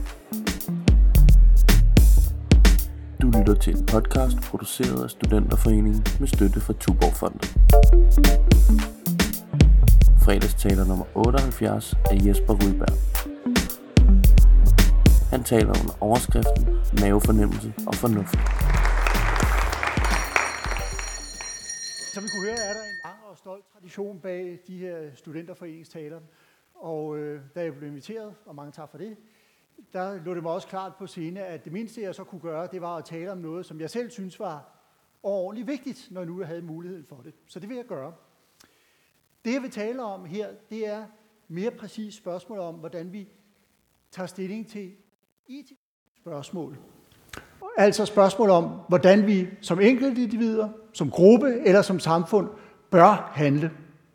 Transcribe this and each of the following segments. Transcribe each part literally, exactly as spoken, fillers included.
Du lytter til en podcast produceret af Studenterforeningen med støtte fra Tuborgfondet. Fredagstaler nummer otteoghalvfjerds af Jesper Rudberg. Han taler under overskriften mavefornemmelse og fornuft. Som vi kunne høre, er der en lang og stolt tradition bag de her studenterforeningstaler. Og øh, da jeg blev inviteret, og mange tak for det, der lå det mig også klart på scene, at det mindste, jeg så kunne gøre, det var at tale om noget, som jeg selv synes var ordentligt vigtigt, når nu jeg havde muligheden for det. Så det vil jeg gøre. Det, jeg vil tale om her, det er mere præcis spørgsmål om, hvordan vi tager stilling til etiske spørgsmål. Altså spørgsmål om, hvordan vi som enkelte individer, som gruppe eller som samfund bør handle.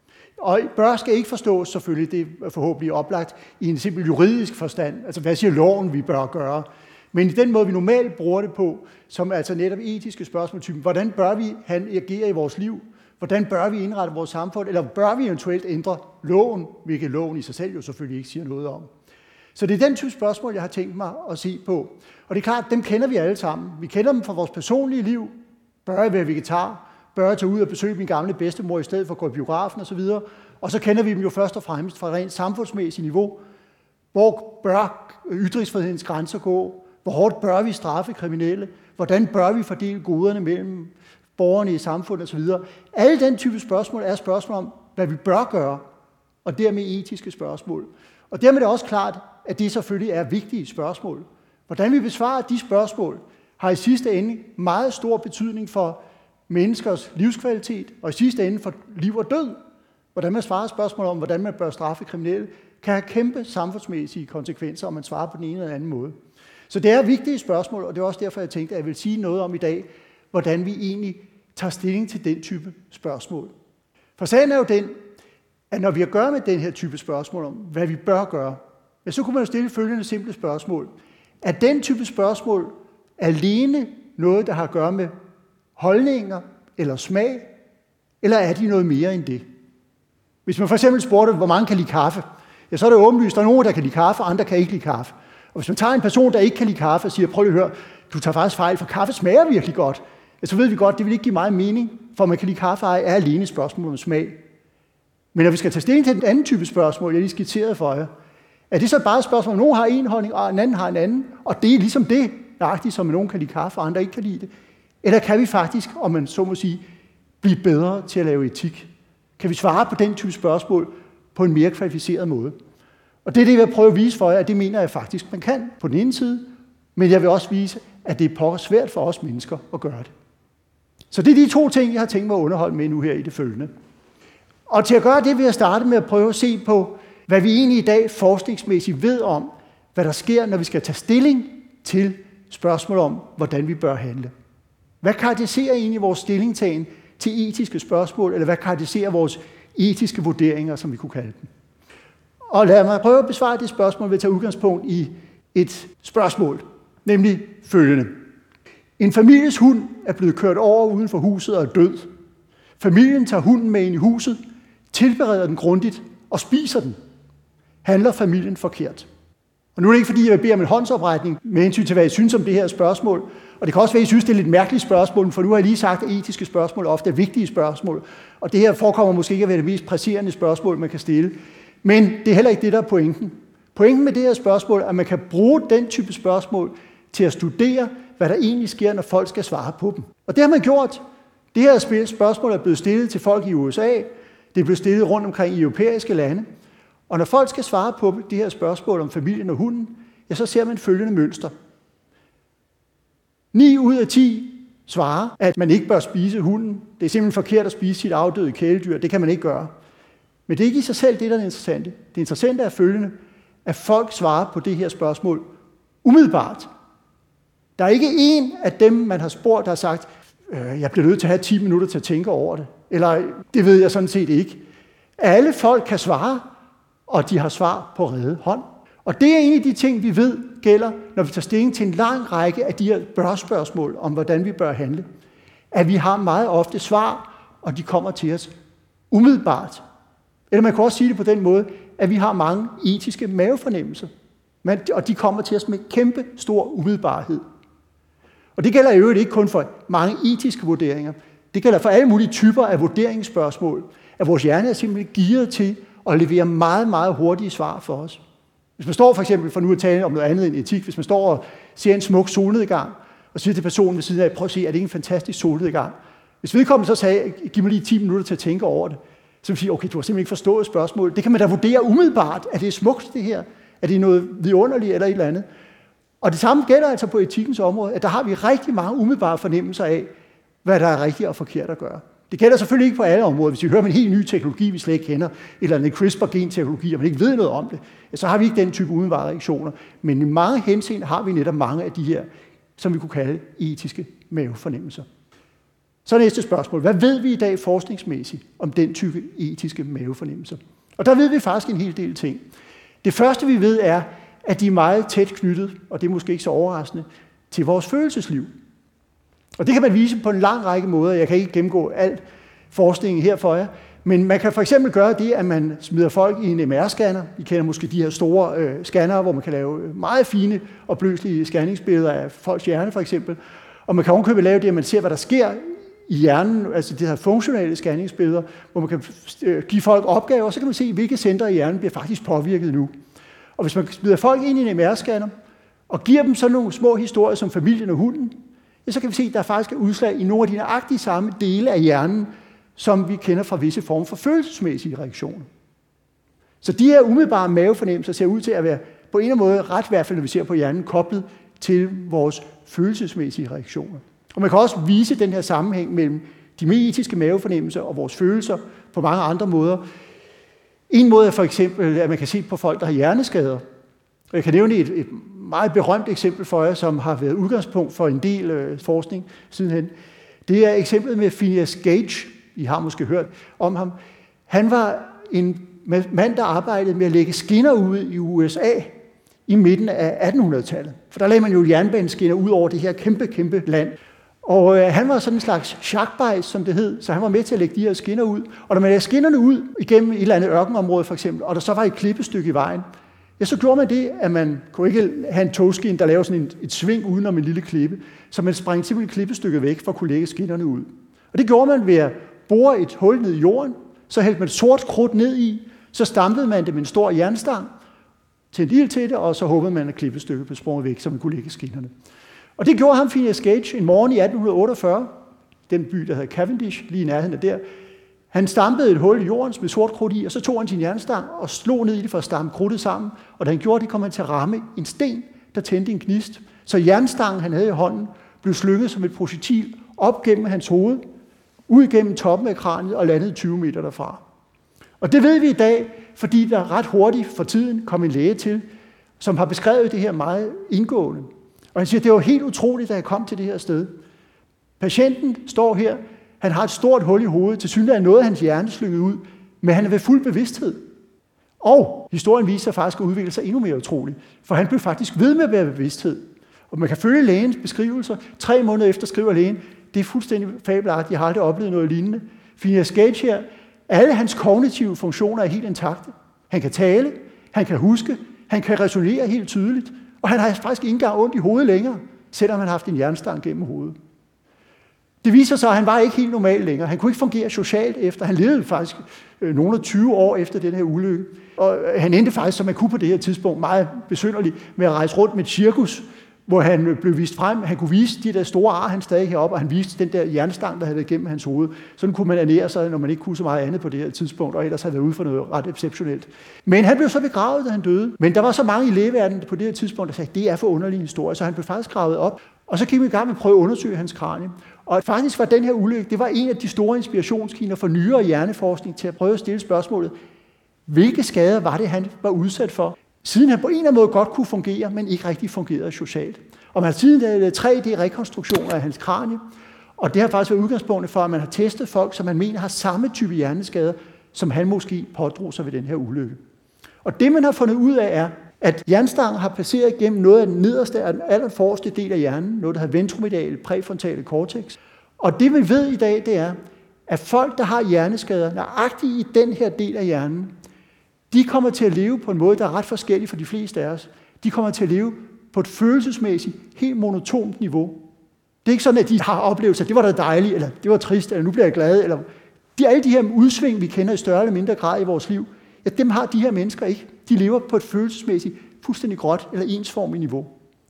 Og bør skal ikke forstås selvfølgelig, det er forhåbentlig oplagt, i en simpel juridisk forstand. Altså hvad siger loven, vi bør gøre? Men i den måde, vi normalt bruger det på, som altså netop etiske spørgsmål, hvordan bør vi agere i vores liv? Hvordan bør vi indrette vores samfund? Eller bør vi eventuelt ændre loven, hvilket loven i sig selv jo selvfølgelig ikke siger noget om? Så det er den type spørgsmål, jeg har tænkt mig at se på. Og det er klart, dem kender vi alle sammen. Vi kender dem fra vores personlige liv. Bør jeg være vegetar? Bør jeg tage ud og besøge min gamle bedstemor i stedet for at gå i biografen osv.? Og så kender vi dem jo først og fremmest fra rent samfundsmæssigt niveau. Hvor bør ytringsfrihedens grænser gå? Hvor hårdt bør vi straffe kriminelle? Hvordan bør vi fordele goderne mellem borgerne i samfundet osv.? Alle den type spørgsmål er spørgsmål om, hvad vi bør gøre, og dermed etiske spørgsmål. Og dermed er det også klart, at det selvfølgelig er vigtige spørgsmål. Hvordan vi besvarer de spørgsmål, har i sidste ende meget stor betydning for menneskers livskvalitet, og i sidste ende for liv og død. Hvordan man svarer spørgsmål om, hvordan man bør straffe kriminelle, kan have kæmpe samfundsmæssige konsekvenser, om man svarer på den ene eller anden måde. Så det er vigtige spørgsmål, og det er også derfor, jeg tænkte, at jeg vil sige noget om i dag, hvordan vi egentlig tager stilling til den type spørgsmål. For sagen er jo den, at når vi har at gøre med den her type spørgsmål om, hvad vi bør gøre, ja, så kunne man jo stille følgende simple spørgsmål. Er den type spørgsmål alene noget, der har at gøre med holdninger eller smag, eller er de noget mere end det? Hvis man for eksempel spurgte, hvor mange kan lide kaffe, ja, så er det åbenlyst, der er nogen, der kan lide kaffe, og andre kan ikke lide kaffe. Og hvis man tager en person, der ikke kan lide kaffe, og siger, prøv lige at høre, du tager faktisk fejl, for kaffe smager virkelig godt, ja, så ved vi godt, det vil ikke give meget mening, for man kan lide kaffe, er alene spørgsmål om smag. Men når vi skal tage stilling til den anden type spørgsmål, jeg lige skitserede for jer, er det så bare et spørgsmål, at nogen har en holdning, og en anden har en anden, og det er ligesom det, nøjagtigt som nogen kan lide kaffe, og andre ikke kan lide det. Eller kan vi faktisk, om man så må sige, blive bedre til at lave etik? Kan vi svare på den type spørgsmål på en mere kvalificeret måde? Og det er det, jeg vil prøve at vise for jer, at det mener jeg faktisk, man kan på den ene side, men jeg vil også vise, at det er pokker svært for os mennesker at gøre det. Så det er de to ting, jeg har tænkt mig at underholde med nu her i det følgende. Og til at gøre det vil jeg starte med at prøve at se på, hvad vi egentlig i dag forskningsmæssigt ved om, hvad der sker, når vi skal tage stilling til spørgsmål om, hvordan vi bør handle. Hvad karakteriserer egentlig vores stillingtagen til etiske spørgsmål, eller hvad karakteriserer vores etiske vurderinger, som vi kunne kalde dem? Og lad mig prøve at besvare det spørgsmål ved at tage udgangspunkt i et spørgsmål, nemlig følgende. En families hund er blevet kørt over uden for huset og er død. Familien tager hunden med ind i huset, tilbereder den grundigt og spiser den. Handler familien forkert? Og nu er det ikke, fordi jeg vil bede om en håndsoprækning med hensyn til, hvad I synes om det her spørgsmål. Og det kan også være, at I synes, det er lidt mærkeligt spørgsmål, for nu har jeg lige sagt, at etiske spørgsmål ofte er vigtige spørgsmål. Og det her forekommer måske ikke at være det mest presserende spørgsmål, man kan stille. Men det er heller ikke det, der er pointen. Pointen med det her spørgsmål er, at man kan bruge den type spørgsmål til at studere, hvad der egentlig sker, når folk skal svare på dem. Og det har man gjort. Det her spørgsmål er blevet stillet til folk i U S A. Det er blevet stillet rundt omkring i europæiske lande. Og når folk skal svare på det her spørgsmål om familien og hunden, ja, så ser man følgende mønster. ni ud af ti svarer, at man ikke bør spise hunden. Det er simpelthen forkert at spise sit afdøde kæledyr. Det kan man ikke gøre. Men det er ikke i sig selv det, der er interessante. Det interessante er følgende, at folk svarer på det her spørgsmål umiddelbart. Der er ikke en af dem, man har spurgt, der har sagt, øh, jeg bliver nødt til at have ti minutter til at tænke over det. Eller, det ved jeg sådan set ikke. Alle folk kan svare, og de har svar på rede hånd. Og det er en af de ting, vi ved gælder, når vi tager stilling til en lang række af de her bør-spørgsmål om, hvordan vi bør handle. At vi har meget ofte svar, og de kommer til os umiddelbart. Eller man kan også sige det på den måde, at vi har mange etiske mavefornemmelser. Men, og de kommer til os med kæmpe stor umiddelbarhed. Og det gælder jo ikke kun for mange etiske vurderinger. Det gælder for alle mulige typer af vurderingsspørgsmål, at vores hjerne er simpelthen gearet til at levere meget, meget hurtige svar for os. Hvis man står for eksempel, for nu at tale om noget andet end etik, hvis man står og ser en smuk solnedgang, og siger til personen ved siden af, prøv at se, er det ikke en fantastisk solnedgang? Hvis vedkommende så sagde, giv mig lige ti minutter til at tænke over det, så vil sige, okay, du har simpelthen ikke forstået spørgsmålet. Det kan man da vurdere umiddelbart. Er det smukt, det her? Er det noget vidunderligt eller et eller andet? Og det samme gælder altså på etikkens område, at der har vi rigtig mange umiddelbare fornemmelser af, hvad der er rigtigt og forkert at gøre. Det gælder selvfølgelig ikke på alle områder. Hvis vi hører om en helt ny teknologi, vi slet ikke kender, eller en CRISPR-genteknologi, og man ikke ved noget om det, så har vi ikke den type umiddelbare reaktioner. Men i mange henseender har vi netop mange af de her, som vi kunne kalde etiske mavefornemmelser. Så næste spørgsmål. Hvad ved vi i dag forskningsmæssigt om den type etiske mavefornemmelser? Og der ved vi faktisk en hel del ting. Det første, vi ved, er, at de er meget tæt knyttet, og det er måske ikke så overraskende, til vores følelsesliv. Og det kan man vise på en lang række måder. Jeg kan ikke gennemgå alt forskningen her for jer, men man kan for eksempel gøre det, at man smider folk i en M R-scanner. I kender måske de her store øh, scannere, hvor man kan lave meget fine og opløselige scanningsbilleder af folks hjerne for eksempel. Og man kan ovenkøbet lave det, at man ser, hvad der sker i hjernen, altså de her funktionelle scanningsbilleder, hvor man kan give folk opgaver, så kan man se, hvilke centre i hjernen bliver faktisk påvirket nu. Og hvis man smider folk ind i en M R-scanner, og giver dem sådan nogle små historier som familien og hunden, ja, så kan vi se, at der faktisk er udslag i nogle af de nøjagtige samme dele af hjernen, som vi kender fra visse former for følelsesmæssige reaktioner. Så de her umiddelbare mavefornemmelser ser ud til at være på en eller anden måde, ret i hvert fald, når vi ser på hjernen, koblet til vores følelsesmæssige reaktioner. Og man kan også vise den her sammenhæng mellem de mere etiske mavefornemmelser og vores følelser på mange andre måder. En måde er for eksempel, at man kan se på folk, der har hjerneskader. Og jeg kan nævne et, et meget berømt eksempel for jer, som har været udgangspunkt for en del øh, forskning sidenhen. Det er eksemplet med Phineas Gage. I har måske hørt om ham. Han var en mand, der arbejdede med at lægge skinner ud i U S A i midten af attenhundredetallet. For der lagde man jo jernbaneskinner ud over det her kæmpe, kæmpe land. Og øh, han var sådan en slags sjakbajs, som det hed, så han var med til at lægge de her skinner ud. Og når man lagde skinnerne ud igennem et eller andet ørkenområde for eksempel, og der så var et klippestykke i vejen, ja, så gjorde man det, at man kunne ikke have en togskin, der lavede sådan et, et sving udenom en lille klippe, så man sprang simpelthen klippestykket væk for at kunne lægge skinnerne ud. Og det gjorde man ved at bore et hul ned i jorden, så hældte man sort krudt ned i, så stampede man det med en stor jernstang, tændte ild til det, og så håbede man, at klippestykket blev sprunget væk, så man kunne lægge skinnerne. Og det gjorde ham, Phineas Gage, en morgen i atten otteogfyrre, den by, der hedder Cavendish, lige i nærheden af der. Han stampede et hul i jorden med sort krudt i, og så tog han sin jernstang og slog ned i det for at stampe krudtet sammen. Og da han gjorde det, kom han til at ramme en sten, der tændte en gnist. Så jernstangen, han havde i hånden, blev slynget som et projektil op gennem hans hoved, ud gennem toppen af kraniet og landede tyve meter derfra. Og det ved vi i dag, fordi der ret hurtigt for tiden kom en læge til, som har beskrevet det her meget indgående. Og han siger, det var helt utroligt, da jeg kom til det her sted. Patienten står her, han har et stort hul i hovedet, til synligheden er noget af hans hjerne slynget ud, men han er ved fuld bevidsthed. Og historien viser sig faktisk at udvikle sig endnu mere utroligt, for han blev faktisk ved med at være bevidsthed. Og man kan følge lægens beskrivelser. Tre måneder efter skriver lægen, det er fuldstændig fabelagtigt, jeg har aldrig oplevet noget lignende. Phineas Gage her, alle hans kognitive funktioner er helt intakte. Han kan tale, han kan huske, han kan resonere helt tydeligt, og han har faktisk ikke engang ondt i hovedet længere, selvom han har haft en jernstang gennem hovedet. Det viser sig, at han var ikke helt normal længere. Han kunne ikke fungere socialt efter. Han levede faktisk øh, nogle af tyve år efter den her ulykke. Og han endte faktisk, som man kunne på det her tidspunkt, meget besynderligt med at rejse rundt med et cirkus, hvor han blev vist frem. Han kunne vise de der store ar, han stadig heroppe, og han viste den der jernstang, der havde været gennem hans hoved. Sådan kunne man ernære sig, når man ikke kunne så meget andet på det her tidspunkt, og ellers havde været ude for noget ret exceptionelt. Men han blev så begravet, da han døde. Men der var så mange i lægeverdenen på det her tidspunkt, der sagde, det er for underlig en historie, så han blev faktisk gravet op. Og så gik vi i gang med at prøve at undersøge hans kranie. Og faktisk var den her ulykke, det var en af de store inspirationskilder for nyere hjerneforskning til at prøve at stille spørgsmålet, hvilke skader var det, han var udsat for? Siden han på en eller anden måde godt kunne fungere, men ikke rigtig fungerede socialt. Og man har siden lavet tre D-rekonstruktioner af hans kranie, og det har faktisk været udgangspunktet for, at man har testet folk, som man mener har samme type hjerneskader, som han måske pådrog sig ved den her ulykke. Og det, man har fundet ud af, er, at jernstangen har passeret gennem noget af den nederste og den allerforreste del af hjernen, noget, der hedder ventromediale præfrontale cortex. Og det, vi ved i dag, det er, at folk, der har hjerneskader, nøjagtigt i den her del af hjernen, de kommer til at leve på en måde, der er ret forskellig for de fleste af os. de kommer til at leve på et følelsesmæssigt helt monotont niveau. Det er ikke sådan, at de har oplevet, at det var da dejligt, eller det var trist, eller nu bliver jeg glad, eller de, alle de her udsving, vi kender i større eller mindre grad i vores liv, ja, dem har de her mennesker ikke. De lever på et følelsesmæssigt fuldstændig gråt eller ensformigt niveau.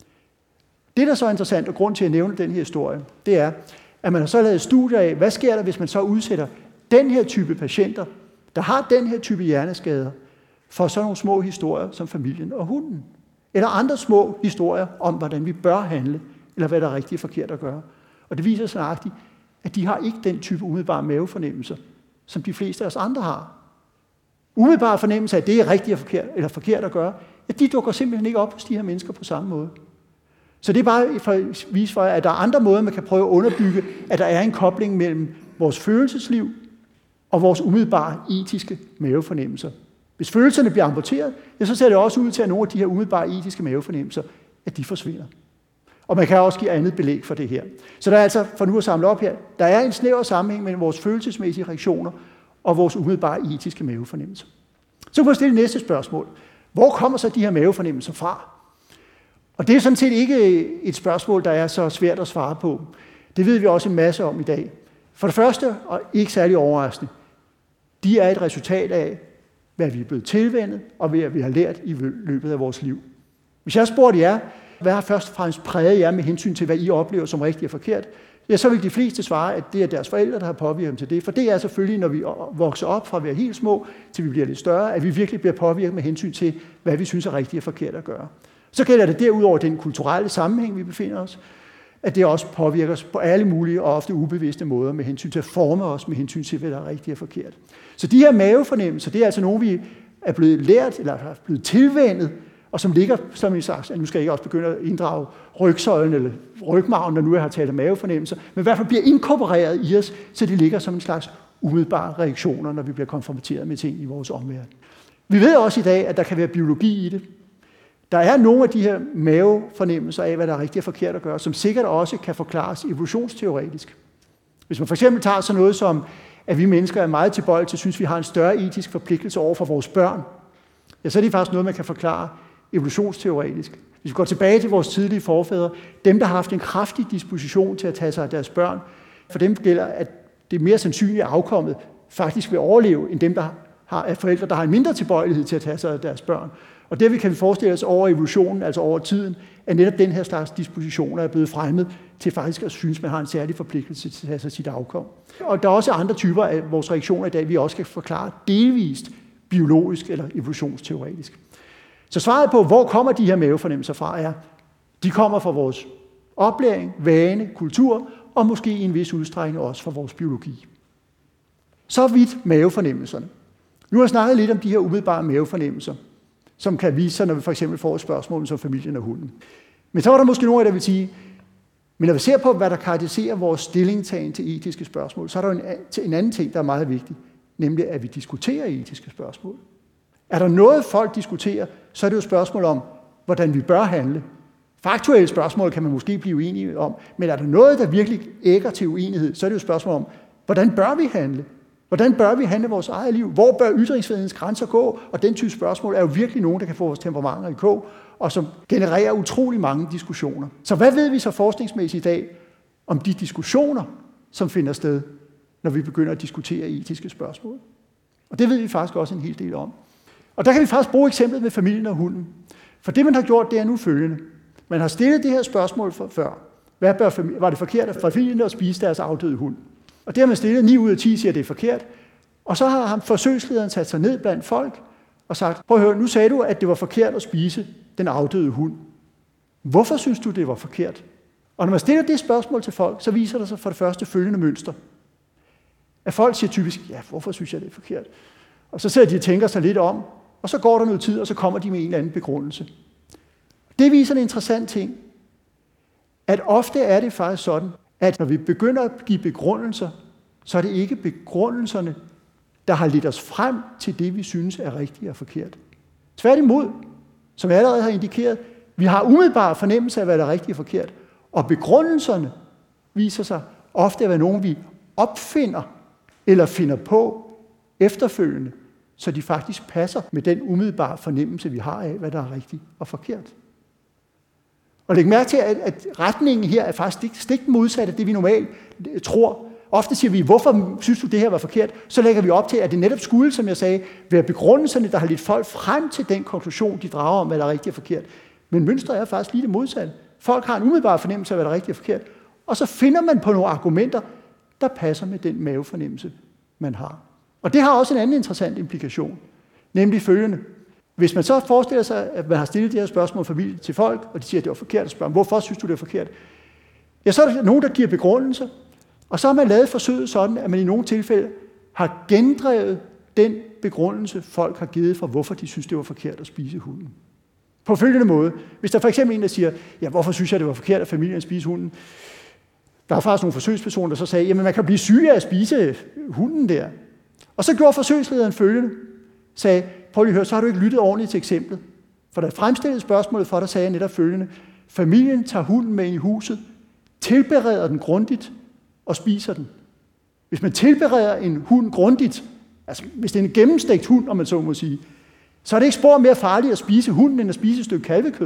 Det, der så er interessant, og grund til at nævne den her historie, det er, at man har så lavet studier af, hvad sker der, hvis man så udsætter den her type patienter, der har den her type hjerneskader, for sådan nogle små historier som familien og hunden. Eller andre små historier om, hvordan vi bør handle, eller hvad der er rigtigt og forkert at gøre. Og det viser sig nøjagtigt, at de har ikke den type umiddelbare mavefornemmelser, som de fleste af os andre har. Umiddelbare fornemmelser af, at det er rigtigt og forkert, eller forkert at gøre, ja, de dukker simpelthen ikke op hos de her mennesker på samme måde. Så det er bare for at vise for jer, at der er andre måder, man kan prøve at underbygge, at der er en kobling mellem vores følelsesliv og vores umiddelbare etiske mavefornemmelser. Hvis følelserne bliver amputeret, ja, så ser det også ud til, at nogle af de her umiddelbare etiske mavefornemmelser, at de forsvinder. Og man kan også give andet belæg for det her. Så der er altså, for nu at samle op her, der er en snæver sammenhæng mellem vores følelsesmæssige reaktioner og vores umiddelbare etiske mavefornemmelser. Så kan man stille næste spørgsmål. Hvor kommer så de her mavefornemmelser fra? Og det er sådan set ikke et spørgsmål, der er så svært at svare på. Det ved vi også en masse om i dag. For det første, og ikke særlig overraskende, de er et resultat af, hvad vi er blevet tilvænnet, og hvad vi har lært i løbet af vores liv. Hvis jeg spurgte jer, hvad har først og fremmest præget jer med hensyn til, hvad I oplever som rigtigt og forkert, ja, så vil de fleste svare, at det er deres forældre, der har påvirket dem til det. For det er selvfølgelig, når vi vokser op fra at være helt små, til vi bliver lidt større, at vi virkelig bliver påvirket med hensyn til, hvad vi synes er rigtigt og forkert at gøre. Så gælder det derudover den kulturelle sammenhæng, vi befinder os, at det også påvirker os på alle mulige og ofte ubevidste måder med hensyn til at forme os med hensyn til, hvad der er rigtigt og forkert. Så de her mavefornemmelser, det er altså nogle, vi er blevet lært eller er blevet tilvænnet, og som ligger som en slags, nu skal jeg ikke også begynde at inddrage rygsøjlen eller rygmarven, når nu jeg har talt om mavefornemmelser, men i hvert fald bliver inkorporeret i os, så de ligger som en slags umiddelbare reaktioner, når vi bliver konfronteret med ting i vores omverden. Vi ved også i dag, at der kan være biologi i det. Der er nogle af de her mavefornemmelser af, hvad der er rigtigt og forkert at gøre, som sikkert også kan forklares evolutionsteoretisk. Hvis man for eksempel tager sådan noget som, at vi mennesker er meget tilbøjelige til at synes, at vi har en større etisk forpligtelse over for vores børn, ja, så er det faktisk noget, man kan forklare evolutionsteoretisk. Hvis vi går tilbage til vores tidlige forfædre, dem, der har haft en kraftig disposition til at tage sig af deres børn, for dem gælder, at det er mere sandsynligt, at afkommet faktisk vil overleve, end dem, der har forældre, der har en mindre tilbøjelighed til at tage sig af deres børn. Og derved kan vi forestille os over evolutionen, altså over tiden, at netop den her slags dispositioner er blevet fremmet til faktisk at synes, at man har en særlig forpligtelse til at tage sig af sit afkom. Og der er også andre typer af vores reaktioner i dag, vi også kan forklare delvist biologisk eller evolutionsteoretisk. Så svaret på, hvor kommer de her mavefornemmelser fra, er, de kommer fra vores oplæring, vane, kultur, og måske i en vis udstrækning også fra vores biologi. Så vidt mavefornemmelserne. Nu har jeg snakket lidt om de her umiddelbare mavefornemmelser, som kan vise sig, når vi for eksempel får et spørgsmål som familien og hunden. Men så var der måske nogen, der vil sige, men når vi ser på, hvad der karakteriserer vores stillingtagen til etiske spørgsmål, så er der en, en anden ting, der er meget vigtig, nemlig at vi diskuterer etiske spørgsmål. Er der noget, folk diskuterer, så er det jo et spørgsmål om, hvordan vi bør handle. Faktuelle spørgsmål kan man måske blive uenige om, men er der noget, der virkelig ægger til uenighed, så er det jo et spørgsmål om, hvordan bør vi handle? Hvordan bør vi handle vores eget liv? Hvor bør ytringsfrihedens grænser gå? Og den type spørgsmål er jo virkelig nogen, der kan få vores temperamenter i kog, og som genererer utrolig mange diskussioner. Så hvad ved vi så forskningsmæssigt i dag om de diskussioner, som finder sted, når vi begynder at diskutere etiske spørgsmål? Og det ved vi faktisk også en hel del om. Og der kan vi faktisk bruge eksemplet med familien og hunden. For det, man har gjort, det er nu følgende. Man har stillet det her spørgsmål for, før. Hvad bør, var det forkert af familien at spise deres afdøde hund? Og det har man stillet, ni ud af ti siger, at det er forkert. Og så har forsøgslederen sat sig ned blandt folk og sagt, prøv at høre, nu sagde du, at det var forkert at spise den afdøde hund. Hvorfor synes du, det var forkert? Og når man stiller det spørgsmål til folk, så viser der sig for det første følgende mønster. At folk siger typisk, ja, hvorfor synes jeg, det er forkert? Og så sidder de og tænker sig lidt om, og så går der noget tid, og så kommer de med en eller anden begrundelse. Det viser en interessant ting, at ofte er det faktisk sådan, at når vi begynder at give begrundelser, så er det ikke begrundelserne, der har ledt os frem til det, vi synes er rigtigt og forkert. Tværtimod, som jeg allerede har indikeret, vi har umiddelbare fornemmelse af, hvad der er rigtigt og forkert, og begrundelserne viser sig ofte at være nogen, vi opfinder eller finder på efterfølgende, så de faktisk passer med den umiddelbare fornemmelse, vi har af, hvad der er rigtigt og forkert. Og læg mærke til, at, at retningen her er faktisk stik modsat af det, vi normalt tror. Ofte siger vi, hvorfor synes du, det her var forkert? Så lægger vi op til, at det netop skulle, som jeg sagde, være begrundelserne, der har lidt folk frem til den konklusion, de drager om, hvad der er rigtigt og forkert. Men mønstret er faktisk lige det modsatte. Folk har en umiddelbar fornemmelse af, hvad der er rigtigt og forkert, og så finder man på nogle argumenter, der passer med den mavefornemmelse, man har. Og det har også en anden interessant implikation, nemlig følgende. Hvis man så forestiller sig, at man har stillet det her spørgsmål til folk, og de siger, at det var forkert, og spørger, hvorfor synes du, det er forkert? Ja, så er der nogen, der giver begrundelser, og så har man lavet forsøget sådan, at man i nogle tilfælde har gendrevet den begrundelse, folk har givet for, hvorfor de synes, det var forkert at spise hunden. På følgende måde. Hvis der for eksempel en, der siger, ja, hvorfor synes jeg, det var forkert, at familien spiser hunden? Der er faktisk nogle forsøgspersoner, der så sagde, jamen man kan blive syg af at spise hunden der. Og så gjorde forsøgslederen følgende, sagde, prøv lige at høre, så har du ikke lyttet ordentligt til eksemplet. For da jeg fremstillede spørgsmålet for dig, sagde jeg netop følgende, familien tager hunden med ind i huset, tilbereder den grundigt og spiser den. Hvis man tilbereder en hund grundigt, altså hvis det er en gennemstegt hund, om man så må sige, så er det ikke spor mere farligt at spise hunden, end at spise et stykke kalvekød.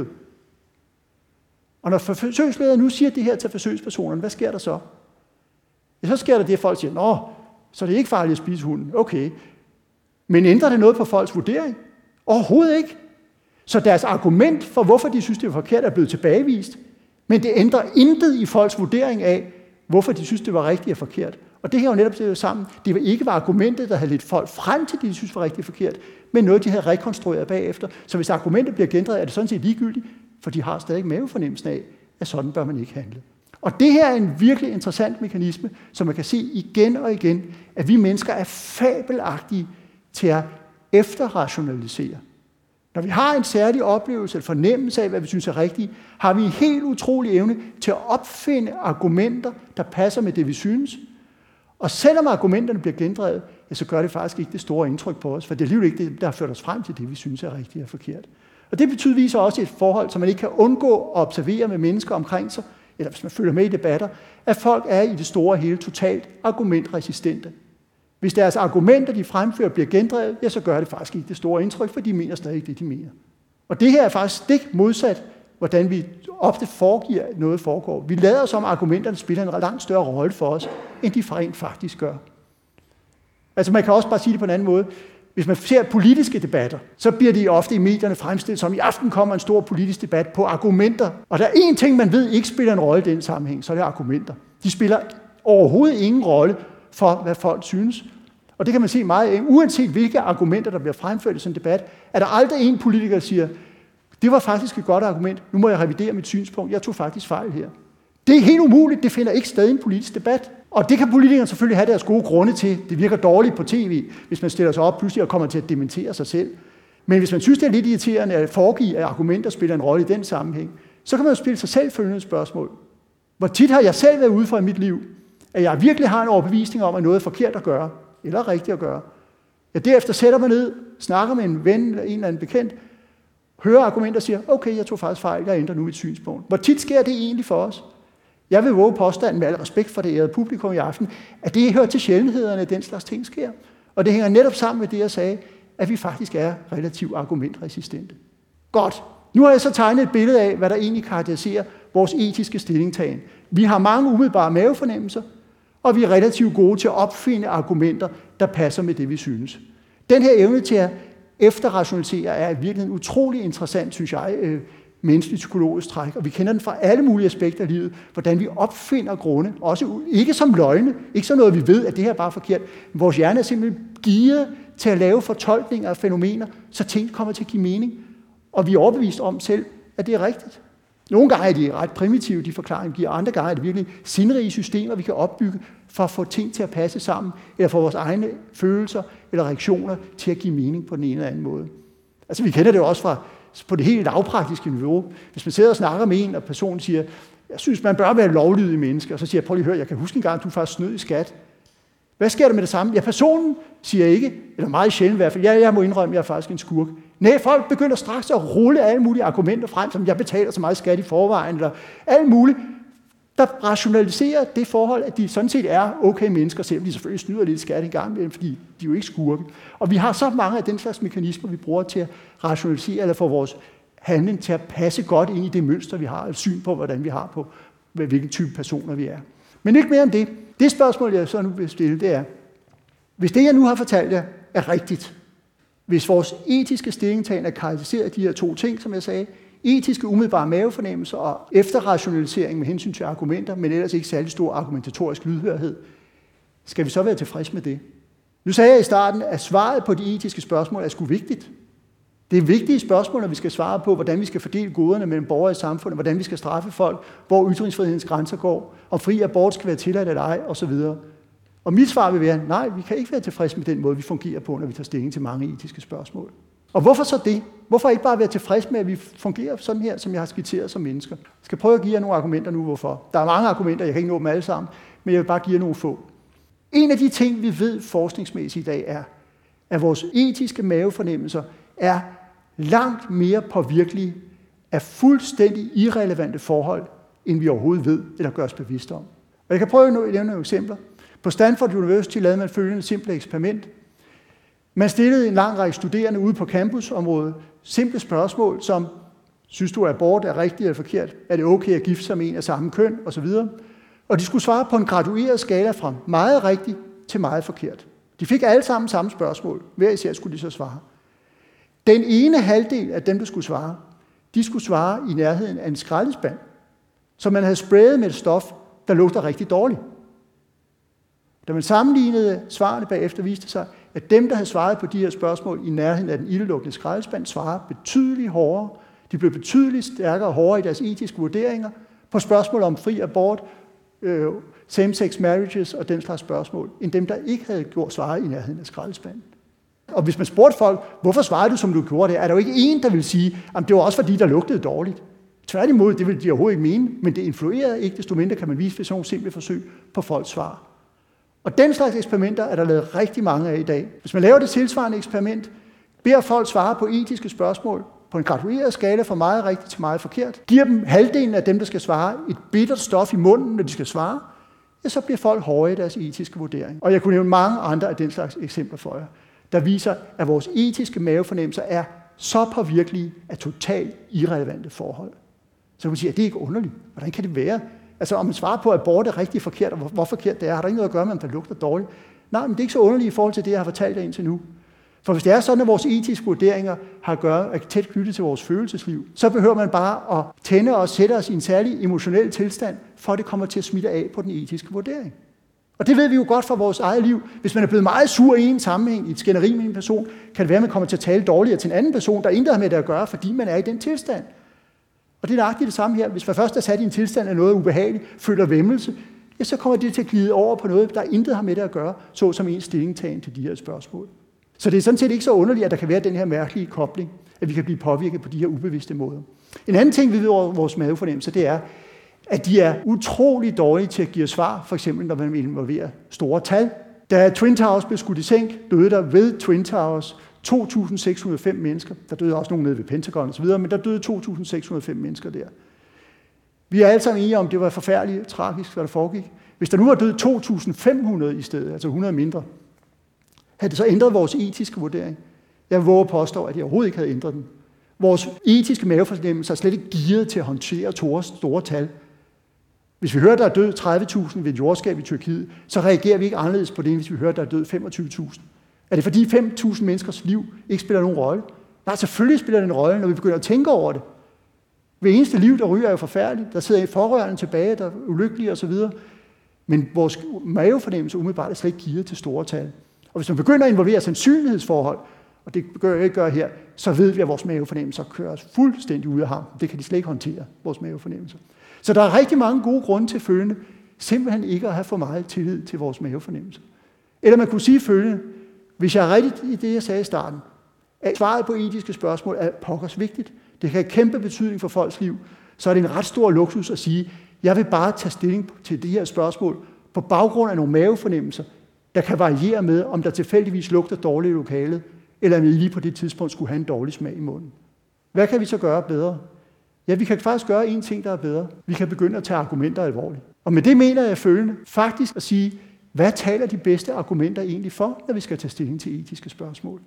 Og når forsøgslederen nu siger det her til forsøgspersonerne, hvad sker der så? Ja, så sker der det, at folk siger, nå, så er det ikke farligt at spise hunden. Okay. Men ændrer det noget på folks vurdering? Overhovedet ikke. Så deres argument for, hvorfor de synes, det er forkert, er blevet tilbagevist. Men det ændrer intet i folks vurdering af, hvorfor de synes, det var rigtigt og forkert. Og det her jo netop det sammen. Det var ikke var argumentet, der havde lidt folk frem til, det de synes var rigtigt og forkert, men noget, de havde rekonstrueret bagefter. Så hvis argumentet bliver gendrevet, er det sådan set ligegyldigt, for de har stadig mavefornemmelsen af, at sådan bør man ikke handle. Og det her er en virkelig interessant mekanisme, som man kan se igen og igen, at vi mennesker er fabelagtige til at efterrationalisere. Når vi har en særlig oplevelse eller fornemmelse af, hvad vi synes er rigtigt, har vi en helt utrolig evne til at opfinde argumenter, der passer med det, vi synes. Og selvom argumenterne bliver gendrevet, ja, så gør det faktisk ikke det store indtryk på os, for det er alligevel ikke det, der har ført os frem til det, vi synes er rigtigt og forkert. Og det betyder viser også et forhold, som man ikke kan undgå at observere med mennesker omkring sig, eller hvis man følger med i debatter, at folk er i det store hele totalt argumentresistente. Hvis deres argumenter, de fremfører, bliver gendrevet, ja, så gør det faktisk ikke det store indtryk, for de mener stadig det, de mener. Og det her er faktisk stik modsat, hvordan vi ofte foregiver, at noget foregår. Vi lader os om, at argumenterne spiller en langt større rolle for os, end de rent faktisk gør. Altså man kan også bare sige det på en anden måde. Hvis man ser politiske debatter, så bliver de ofte i medierne fremstillet som, i aften kommer en stor politisk debat på argumenter. Og der er én ting, man ved ikke spiller en rolle i den sammenhæng, så er det argumenter. De spiller overhovedet ingen rolle for, hvad folk synes. Og det kan man se meget, uanset hvilke argumenter, der bliver fremført i sådan en debat, er der aldrig en politiker, der siger, det var faktisk et godt argument, nu må jeg revidere mit synspunkt, jeg tog faktisk fejl her. Det er helt umuligt, det finder ikke sted i en politisk debat. Og det kan politikerne selvfølgelig have deres gode grunde til. Det virker dårligt på tv, hvis man stiller sig op pludselig og kommer til at dementere sig selv. Men hvis man synes, det er lidt irriterende at foregive, at argumenter spiller en rolle i den sammenhæng, så kan man jo stille sig selv følgende spørgsmål. Hvor tit har jeg selv været ude for i mit liv, at jeg virkelig har en overbevisning om, at noget er forkert at gøre, eller rigtigt at gøre. Jeg derefter sætter mig ned, snakker med en ven eller en eller anden bekendt, hører argumenter og siger, okay, jeg tog faktisk fejl, jeg ændrer nu mit synspunkt. Hvor tit sker det egentlig for os? Jeg vil våge påstanden med al respekt for det ærede publikum i aften, at det hører til sjældenhederne, at den slags ting sker. Og det hænger netop sammen med det, jeg sagde, at vi faktisk er relativt argumentresistente. Godt. Nu har jeg så tegnet et billede af, hvad der egentlig karakteriserer vores etiske stillingtagen. Vi har mange umiddelbare mavefornemmelser, og vi er relativt gode til at opfinde argumenter, der passer med det, vi synes. Den her evne til at efterrationalisere er virkelig en utrolig interessant, synes jeg, øh, menneskelig psykologisk træk, og vi kender den fra alle mulige aspekter af livet, hvordan vi opfinder grunde, også ikke som løgne, ikke som noget, vi ved, at det her er bare forkert, men vores hjerne er simpelthen gearet til at lave fortolkninger af fænomener, så ting kommer til at give mening, og vi er overbevist om selv, at det er rigtigt. Nogle gange er de ret primitive, de forklaringer giver, andre gange er det virkelig sindrige systemer, vi kan opbygge for at få ting til at passe sammen, eller for vores egne følelser eller reaktioner til at give mening på den ene eller anden måde. Altså vi kender det jo også fra på det helt lavpraktiske niveau. Hvis man sidder og snakker med en, og personen siger, jeg synes, man bør være lovlydig menneske, og så siger jeg, prøv lige at høre, jeg kan huske en gang, du faktisk snød i skat. Hvad sker der med det samme? Ja, personen siger ikke, eller meget sjældent i hvert fald, ja, jeg må indrømme, jeg er faktisk en skurk. Nej, folk begynder straks at rulle alle mulige argumenter frem, som jeg betaler så meget skat i forvejen, eller alt muligt. der rationaliserer det forhold, at de sådan set er okay mennesker, selvom de selvfølgelig snyder lidt skat en gang imellem, fordi de er jo ikke skurke. Og vi har så mange af den slags mekanismer, vi bruger til at rationalisere eller få vores handling til at passe godt ind i det mønster, vi har, et syn på, hvordan vi har på, hvilken type personer vi er. Men ikke mere om det. Det spørgsmål, jeg så nu vil stille, det er, hvis det, jeg nu har fortalt jer, er rigtigt, hvis vores etiske stillingtagen er karakteriseret af de her to ting, som jeg sagde, etiske umiddelbare mavefornemmelser og efterrationalisering med hensyn til argumenter, men ellers ikke særlig stor argumentatorisk lydhørhed, skal vi så være tilfreds med det? Nu sagde jeg i starten, at svaret på de etiske spørgsmål er sgu vigtigt. Det er vigtige spørgsmål, når vi skal svare på, hvordan vi skal fordele goderne mellem borgere i samfundet, hvordan vi skal straffe folk, hvor ytringsfrihedens grænser går, om fri abort skal være tilladt eller ej, osv. Og mit svar vil være, nej, vi kan ikke være tilfreds med den måde, vi fungerer på, når vi tager stilling til mange etiske spørgsmål. Og hvorfor så det? Hvorfor ikke bare være tilfreds med, at vi fungerer sådan her, som jeg har skitseret som mennesker? Jeg skal prøve at give jer nogle argumenter nu, hvorfor. Der er mange argumenter, jeg kan ikke nå dem alle sammen, men jeg vil bare give jer nogle få. En af de ting, vi ved forskningsmæssigt i dag, er, at vores etiske mavefornemmelser er langt mere påvirkelige af fuldstændig irrelevante forhold, end vi overhovedet ved eller gør os bevidste om. Og jeg kan prøve at nævne nogle eksempler. På Stanford University lavede man følgende simple eksperiment. Man stillede en lang række studerende ude på campusområdet simple spørgsmål, som, synes du, at abort er rigtigt eller forkert? Er det okay at gifte sig med en af samme køn? Og så videre. Og de skulle svare på en gradueret skala fra meget rigtigt til meget forkert. De fik alle sammen samme spørgsmål. Hver især skulle de så svare. Den ene halvdel af dem, der skulle svare, de skulle svare i nærheden af en skraldespand, som man havde sprayet med et stof, der lugter rigtig dårligt. Da man sammenlignede svarene bagefter, viste det sig, at dem, der havde svaret på de her spørgsmål i nærheden af den ildelugtende skraldespand, svarede betydeligt hårdere. De blev betydeligt stærkere og hårdere i deres etiske vurderinger på spørgsmål om fri abort, øh, same-sex marriages og den slags spørgsmål, end dem, der ikke havde gjort svaret i nærheden af skraldespanden. Og hvis man spurgte folk, hvorfor svarede du, som du gjorde det, er der jo ikke en, der vil sige, at det var også fordi, der lugtede dårligt. Tværtimod, det vil de overhovedet ikke mene, men det influerede ikke, desto mindre kan man vise ved sådan nogle simple forsøg på folks svar. Og den slags eksperimenter er der lavet rigtig mange af i dag. Hvis man laver det tilsvarende eksperiment, beder folk svare på etiske spørgsmål på en gradueret skala fra meget rigtigt til meget forkert, giver dem halvdelen af dem, der skal svare, et bittert stof i munden, når de skal svare, ja, så bliver folk hårde i deres etiske vurdering. Og jeg kunne nævne mange andre af den slags eksempler for jer, der viser, at vores etiske mavefornemmelser er så påvirkelige af totalt irrelevante forhold. Så kan man sige, at det er ikke underligt. Hvordan kan det være? Altså, om man svarer på, at abort er rigtig forkert, og hvor forkert det er, har der ikke noget at gøre med, om der lugter dårligt. Nej, men det er ikke så underligt i forhold til det, jeg har fortalt jer indtil nu. For hvis det er sådan, at vores etiske vurderinger har at gøre, er tæt knyttet til vores følelsesliv, så behøver man bare at tænde og sætte os i en særlig emotionel tilstand, for at det kommer til at smitte af på den etiske vurdering. Og det ved vi jo godt fra vores eget liv. Hvis man er blevet meget sur i en sammenhæng, i et skænderi med en person, kan det være, at man kommer til at tale dårligere til en anden person, der intet har med det at gøre, fordi man er i den tilstand. Og det er nøjagtigt det samme her. Hvis man først er sat i en tilstand af noget ubehageligt, føler væmmelse, ja, så kommer det til at glide over på noget, der intet har med det at gøre, såsom en stillingtagen til de her spørgsmål. Så det er sådan set ikke så underligt, at der kan være den her mærkelige kobling, at vi kan blive påvirket på de her ubevidste måder. En anden ting, vi ved over vores mavefornemmelse, det er, at de er utrolig dårlige til at give svar, for eksempel når man involverer store tal. Da Twin Towers blev skudt i sænk, døde der ved Twin Towers to tusind seks hundrede og fem mennesker. Der døde også nogen nede ved Pentagon osv., men der døde to tusind seks hundrede og fem mennesker der. Vi er alle sammen enige om, det var forfærdeligt tragisk, hvad der foregik. Hvis der nu var død to tusind fem hundrede i stedet, altså hundrede mindre, havde det så ændret vores etiske vurdering? Jeg våger påstå, at jeg overhovedet ikke havde ændret den. Vores etiske mavefornemmelse er slet ikke gearet til at håndtere store tal. Hvis vi hører, der er død tredive tusind ved et jordskab i Tyrkiet, så reagerer vi ikke anderledes på det, hvis vi hører, der er død femogtyve tusind. Er det fordi fem tusind menneskers liv ikke spiller nogen rolle? Nej, selvfølgelig spiller det en rolle, når vi begynder at tænke over det. Hver eneste liv, der ryger, er jo forfærdeligt. Der sidder forrørende tilbage, der er ulykkelige osv. Men vores mavefornemmelse umiddelbart er slet ikke gearet til store tal. Og hvis man begynder at involvere sandsynlighedsforhold, og det gør jeg ikke gøre her, så ved vi, at vores mavefornemmelser kører os fuldstændig ud af ham. Det kan de slet ikke håndtere, vores mavefornemmelser. Så der er rigtig mange gode grunde til følgende, simpelthen ikke at have for meget tillid til vores mavefornemmelser. Eller man kunne sige følgende, hvis jeg er rigtigt i det, jeg sagde i starten, at svaret på etiske spørgsmål er pokkers vigtigt, det kan have kæmpe betydning for folks liv, så er det en ret stor luksus at sige, jeg vil bare tage stilling til de her spørgsmål på baggrund af nogle mavefornemmelser, der kan variere med, om der tilfældigvis lugter dårligt i lokalet, eller om jeg lige på det tidspunkt skulle have en dårlig smag i munden. Hvad kan vi så gøre bedre? Ja, vi kan faktisk gøre en ting, der er bedre. Vi kan begynde at tage argumenter alvorligt. Og med det mener jeg følgende. Faktisk at sige, hvad taler de bedste argumenter egentlig for, når vi skal tage stilling til etiske spørgsmål?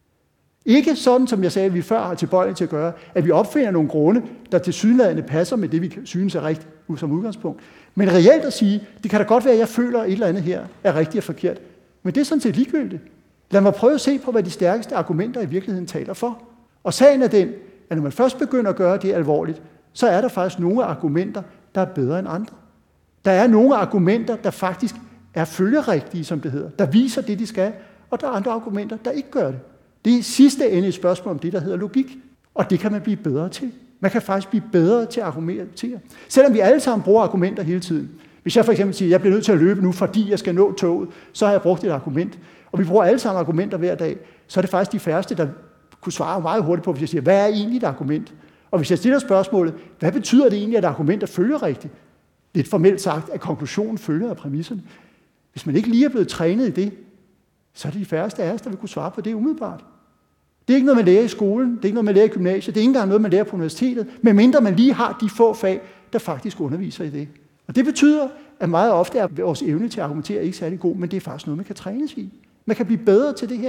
Ikke sådan, som jeg sagde, at vi før har tilbøjeligt til at gøre, at vi opfinder nogle grunde, der tilsyneladende passer med det, vi synes er rigtigt som udgangspunkt. Men reelt at sige, det kan da godt være, at jeg føler, at et eller andet her er rigtigt og forkert. Men det er sådan set ligegyldigt. Lad mig prøve at se på, hvad de stærkeste argumenter i virkeligheden taler for. Og sagen er den, at når man først begynder at gøre det alvorligt, så er der faktisk nogle argumenter, der er bedre end andre. Der er nogle argumenter, der faktisk er følgerigtige, som det hedder, der viser det, de skal, og der er andre argumenter, der ikke gør det. Det er i sidste ende et spørgsmål om det, der hedder logik, og det kan man blive bedre til. Man kan faktisk blive bedre til at argumentere. Selvom vi alle sammen bruger argumenter hele tiden. Hvis jeg for eksempel siger, at jeg bliver nødt til at løbe nu, fordi jeg skal nå toget, så har jeg brugt et argument. Og vi bruger alle sammen argumenter hver dag, så er det faktisk de færreste, der kunne svare meget hurtigt på, hvis jeg siger, hvad er egentlig et argument? Og hvis jeg stiller spørgsmålet, hvad betyder det egentlig, at argumenter følger rigtigt? Lidt formelt sagt, at konklusionen følger af præmisserne. Hvis man ikke lige er blevet trænet i det, så er det de færreste af os, der vil kunne svare på det umiddelbart. Det er ikke noget, man lærer i skolen, det er ikke noget, man lærer i gymnasiet, det er ikke engang noget, man lærer på universitetet, medmindre man lige har de få fag, der faktisk underviser i det. Og det betyder, at meget ofte er vores evne til at argumentere ikke særlig god, men det er faktisk noget, man kan trænes i. Man kan blive bedre til det her.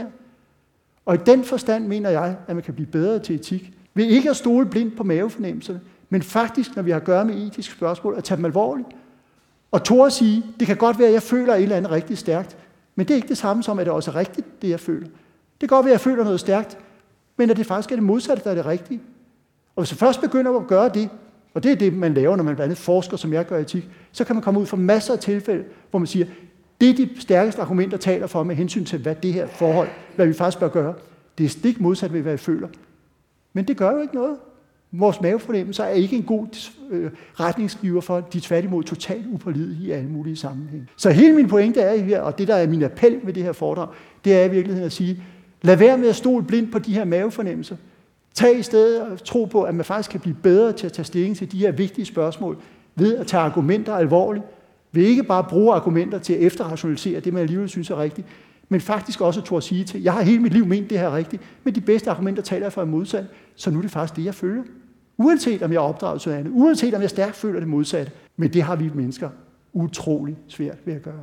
Og i den forstand mener jeg, at man kan blive bedre til etik, ved ikke at stole blindt på mavefornemmelserne, men faktisk, når vi har at gøre med etiske spørgsmål, at tage dem alvorligt. Og turde at sige, det kan godt være, at jeg føler et eller andet rigtig stærkt, men det er ikke det samme som, at det også er rigtigt, det jeg føler. Det kan godt være, at jeg føler noget stærkt, men at det faktisk er det modsatte, der er det rigtige. Og hvis jeg først begynder at gøre det, og det er det, man laver, når man blandt andet forsker, som jeg gør i etik, så kan man komme ud for masser af tilfælde, hvor man siger, det er de stærkeste argumenter, taler for med hensyn til, hvad det her forhold, hvad vi faktisk bør gøre. Det er stik modsat ved, hvad jeg føler. Men det gør jo ikke noget. Vores mavefornemmelser er ikke en god øh, retningsgiver for, de tværtimod totalt upålidelige i alle mulige sammenhænge. Så hele min pointe er her, og det der er min appel med det her foredrag, det er i virkeligheden at sige, lad være med at stole blindt på de her mavefornemmelser. Tag i stedet og tro på, at man faktisk kan blive bedre til at tage stilling til de her vigtige spørgsmål, ved at tage argumenter alvorligt, ved ikke bare bruge argumenter til at efterrationalisere det, man alligevel synes er rigtigt, men faktisk også turde sige til, jeg har hele mit liv ment det her rigtigt, men de bedste argumenter taler for en modsat, så nu er det faktisk det, jeg føler. Uanset om jeg er opdraget til andet, uanset om jeg stærkt føler det modsatte, men det har vi mennesker utrolig svært ved at gøre.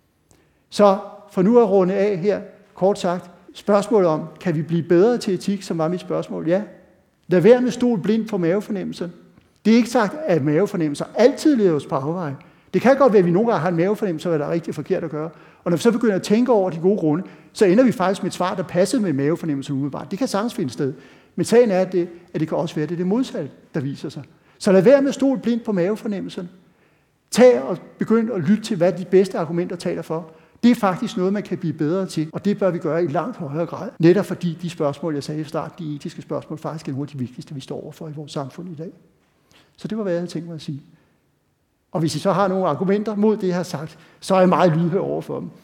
Så for nu at runde af her, kort sagt, spørgsmålet om, kan vi blive bedre til etik, som var mit spørgsmål? Ja. Lad være med stol blind på mavefornemmelser. Det er ikke sagt, at mavefornemmelser altid leder os på afveje. Det kan godt være, at vi nogle gange har en mavefornemmelse, hvad der er rigtig forkert at gøre. Og når vi så begynder at tænke over de gode grunde, så ender vi faktisk med et svar, der passer med mavefornemmelsen umiddelbart. Det kan sagtens finde sted. Men sagen er, at det, at det kan også være, at det er det modsatte, der viser sig. Så lad være med at stole blind på mavefornemmelserne. Tag og begynd at lytte til, hvad de bedste argumenter taler for. Det er faktisk noget, man kan blive bedre til, og det bør vi gøre i langt højere grad. Netop fordi de spørgsmål, jeg sagde i start, de etiske spørgsmål, faktisk er nogle af de vigtigste, vi står overfor i vores samfund i dag. Så det var, hvad jeg havde tænkt mig at sige. Og hvis I så har nogle argumenter mod det, jeg har sagt, så er jeg meget lydhør over for dem.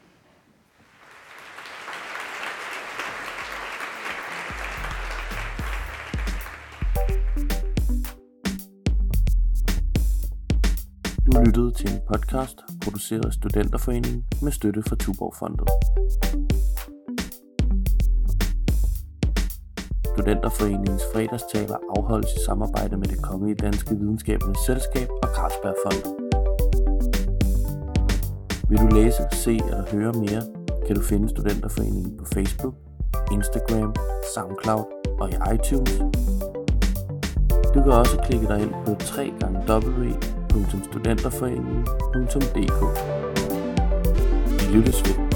Du lyttede til en podcast, produceret af Studenterforeningen med støtte fra Tuborgfondet. Studenterforeningens fredagstaler afholdes i samarbejde med Det Kongelige Danske Videnskabernes Selskab og Carlsbergfondet. Vil du læse, se eller høre mere, kan du finde Studenterforeningen på Facebook, Instagram, SoundCloud og i iTunes. Du kan også klikke dig ind på w w w punktum studenterforeningen punktum d k. Vi lyttes ved.